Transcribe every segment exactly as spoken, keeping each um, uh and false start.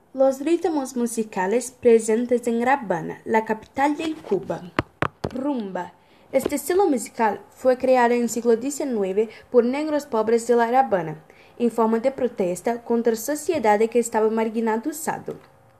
Los ritmos musicales presentes en La Habana, la capital de Cuba. Rumba. Este estilo musical fue creado en el siglo diecinueve por negros pobres de La Habana, en forma de protesta contra la sociedad que estaba marginalizada.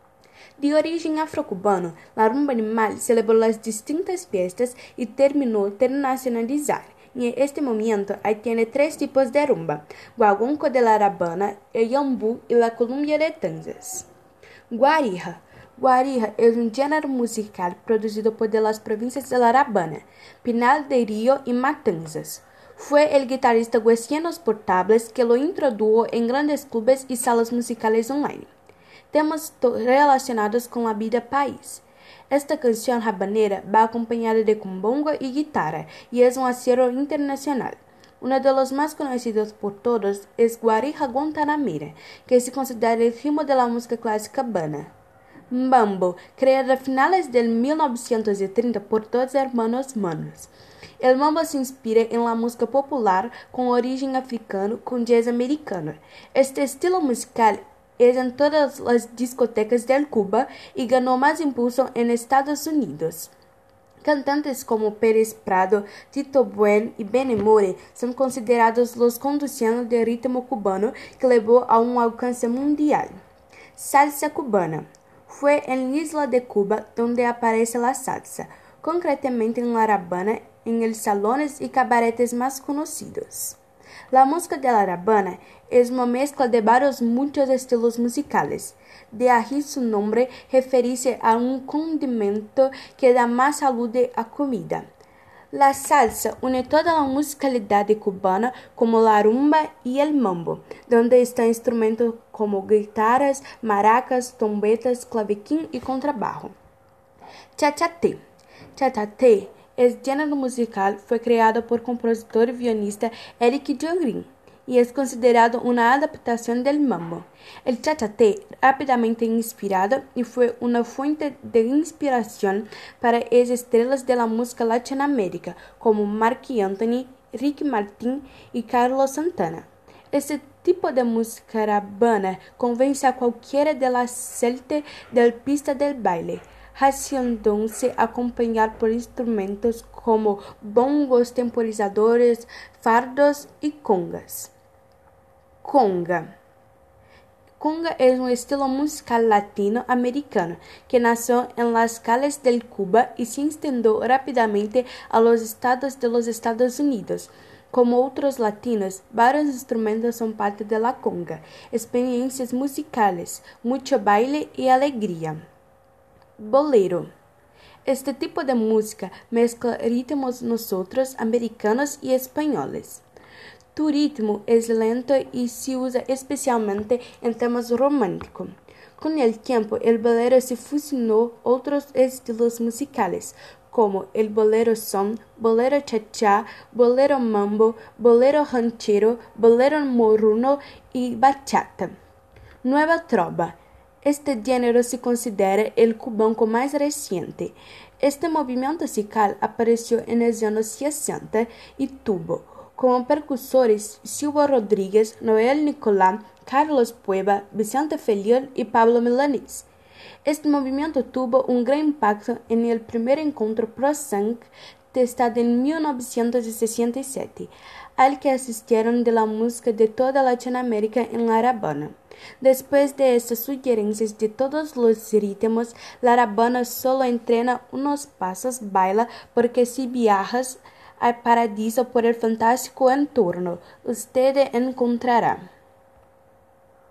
De origen afrocubano, la rumba animal celebró las distintas fiestas y terminó internacionalizar. En este momento, ahí tiene tres tipos de rumba: guaguancó de La Habana, el yambú y la cumbia de Tanzas. Guarija. Guarija es un género musical producido por de las provincias de La Habana, Pinal de Río y Matanzas. Fue el guitarrista Huesianos Portables que lo introdujo en grandes clubes y salas musicales online. Temas relacionados con la vida país. Esta canción habanera va acompañada de cumbongo y guitarra y es un acero internacional. Uno de los más conocidos por todos es Guarija Guantanamera, que se considera el ritmo de la música clásica habana. Mambo, creado a finales del mil novecientos treinta por dos hermanos manos. El mambo se inspira en la música popular con origen africano con jazz americano. Este estilo musical es en todas las discotecas de Cuba y ganó más impulso en Estados Unidos. Cantantes como Pérez Prado, Tito Buen y Benny More son considerados los conductores del ritmo cubano que llevó a un alcance mundial. Salsa cubana. Fue en la isla de Cuba donde aparece la salsa, concretamente en La Habana, en los salones y cabaretes más conocidos. La música de La Habana es una mezcla de varios muchos estilos musicales. De ahí su nombre referirse a un condimento que da más salud a la comida. La salsa une toda la musicalidad cubana como la rumba y el mambo, donde están instrumentos como guitarras, maracas, trompetas, clavequín y contrabajo. Cha-cha-té. Cha-cha-té es género musical fue creado por compositor y guionista Eric Jogrin y es considerado una adaptación del mambo. El cha-cha-té rápidamente inspirado y fue una fuente de inspiración para las estrellas de la música latinoamérica como Marc Anthony, Ricky Martin y Carlos Santana. Este tipo de música habana convence a cualquiera de la celta del pista del baile, haciéndose acompañar por instrumentos como bongos, temporizadores, fardos y congas. Conga. Conga es un estilo musical latinoamericano que nació en las calles de Cuba y se extendió rápidamente a los estados de los Estados Unidos. Como otros latinos, varios instrumentos son parte de la conga, experiencias musicales, mucho baile y alegría. Bolero. Este tipo de música mezcla ritmos nosotros, americanos y españoles. Tu ritmo es lento y se usa especialmente en temas románticos. Con el tiempo, el bolero se fusionó otros estilos musicales, como el bolero son, bolero cha-cha, bolero mambo, bolero ranchero, bolero moruno y bachata. Nueva trova. Este género se considera el cubanco más reciente. Este movimiento musical apareció en los años sesenta y tuvo como percursores Silvio Rodríguez, Noel Nicolás, Carlos Pueba, Vicente Feliz y Pablo Milanés. Este movimiento tuvo un gran impacto en el primer encuentro pro-sang testado en mil novecientos sesenta y siete, al que asistieron de la música de toda Latinoamérica en La Habana. Después de estas sugerencias de todos los ritmos, La Habana solo entrena unos pasos, baila, porque si viajas al paradiso por el fantástico entorno, usted encontrará.